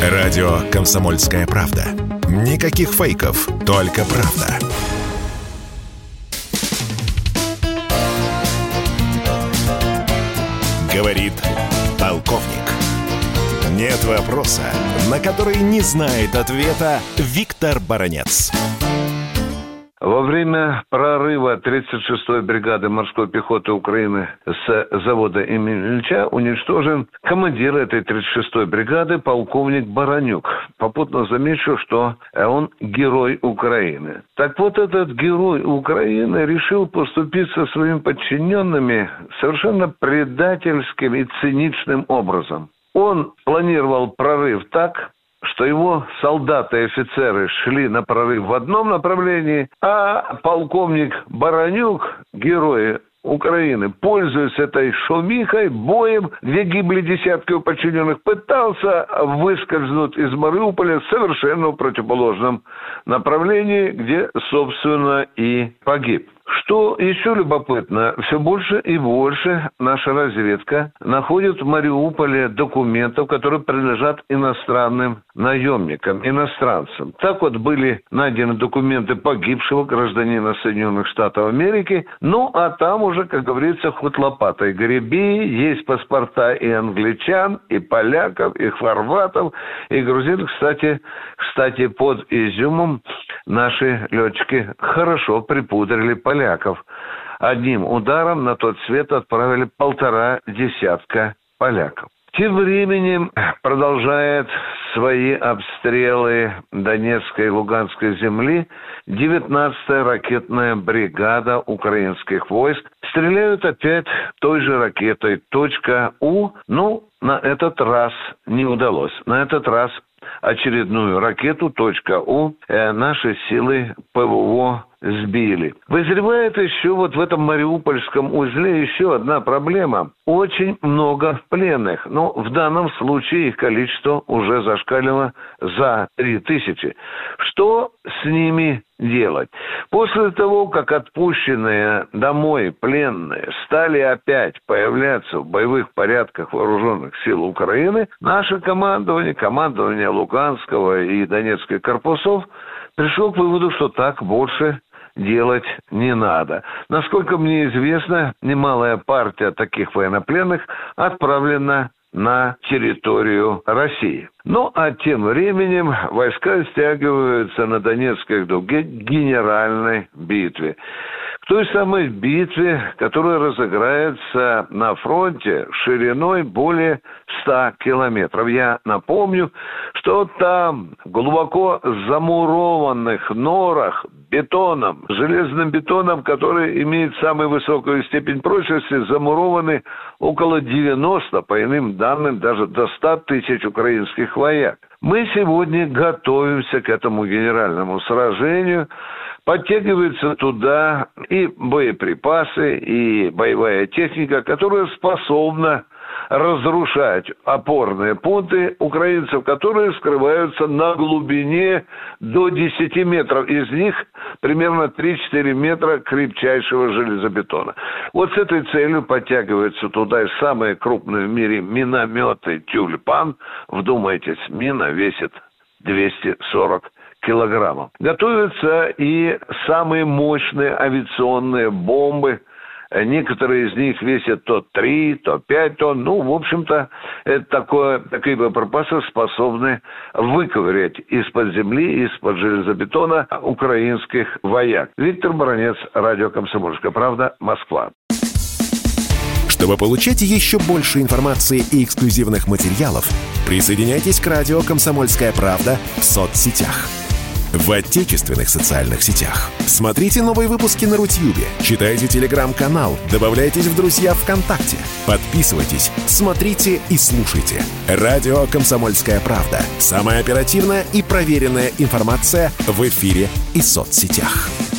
Радио «Комсомольская правда». Никаких фейков, только правда. Говорит полковник. Нет вопроса, на который не знает ответа Виктор Баранец. Во время прорыва 36-й бригады морской пехоты Украины с завода имени Ильича уничтожен командир этой 36-й бригады полковник Баранюк. Попутно замечу, что он герой Украины. Так вот, этот герой Украины решил поступить со своими подчиненными совершенно предательским и циничным образом. Он планировал прорыв так, что его солдаты и офицеры шли на прорыв в одном направлении, а полковник Баранюк, герой Украины, пользуясь этой шумихой, боем, где гибли десятки подчиненных, пытался выскользнуть из Мариуполя совершенно в противоположном направлении, где, собственно, и погиб. Что еще любопытно, все больше и больше наша разведка находит в Мариуполе документов, которые принадлежат иностранным наемникам, иностранцам. Так вот были найдены документы погибшего гражданина Соединенных Штатов Америки, ну а там уже, как говорится, хоть лопатой греби, есть паспорта и англичан, и поляков, и хорватов, и грузин. Кстати, под Изюмом наши летчики хорошо припудрили поляков. Одним ударом на тот свет отправили 1,5 десятка поляков. Тем временем продолжает свои обстрелы Донецкой и Луганской земли 19-я ракетная бригада украинских войск. Стреляют опять той же ракетой .У, но на этот раз не удалось. На этот раз очередную ракету .У наши силы ПВО сбили. Вызревает еще вот в этом Мариупольском узле еще одна проблема. Очень много пленных. Но в данном случае их количество уже зашкалило за 3000. Что с ними делать? После того, как отпущенные домой пленные стали опять появляться в боевых порядках вооруженных сил Украины, наше командование Луганского и Донецкой корпусов пришло к выводу, что так больше делать не надо. Насколько мне известно, немалая партия таких военнопленных отправлена на территорию России. Ну, а тем временем войска стягиваются на Донецкой дуге к генеральной битве. К той самой битве, которая разыграется на фронте шириной более 100 километров. Я напомню, что там, глубоко замурованных норах, бетоном, железным бетоном, который имеет самую высокую степень прочности, замурованы около 90, по иным данным, даже до 100 тысяч украинских вояк. Мы сегодня готовимся к этому генеральному сражению. Подтягиваются туда и боеприпасы, и боевая техника, которая способна разрушать опорные пункты украинцев, которые скрываются на глубине до 10 метров. Из них примерно 3-4 метра крепчайшего железобетона. Вот с этой целью подтягиваются туда и самые крупные в мире минометы «Тюльпан». Вдумайтесь, мина весит 240 килограммов. Готовятся и самые мощные авиационные бомбы. Некоторые из них весят то 3, то 5 тонн. Ну, в общем-то, это такие боеприпасы способны выковырять из-под земли, из-под железобетона украинских вояк. Виктор Баранец, радио «Комсомольская правда», Москва. Чтобы получать еще больше информации и эксклюзивных материалов, присоединяйтесь к радио «Комсомольская правда» в соцсетях. В отечественных социальных сетях. Смотрите новые выпуски на Рутьюбе, читайте телеграм-канал, добавляйтесь в друзья ВКонтакте, подписывайтесь, смотрите и слушайте. Радио «Комсомольская правда». Самая оперативная и проверенная информация в эфире и соцсетях.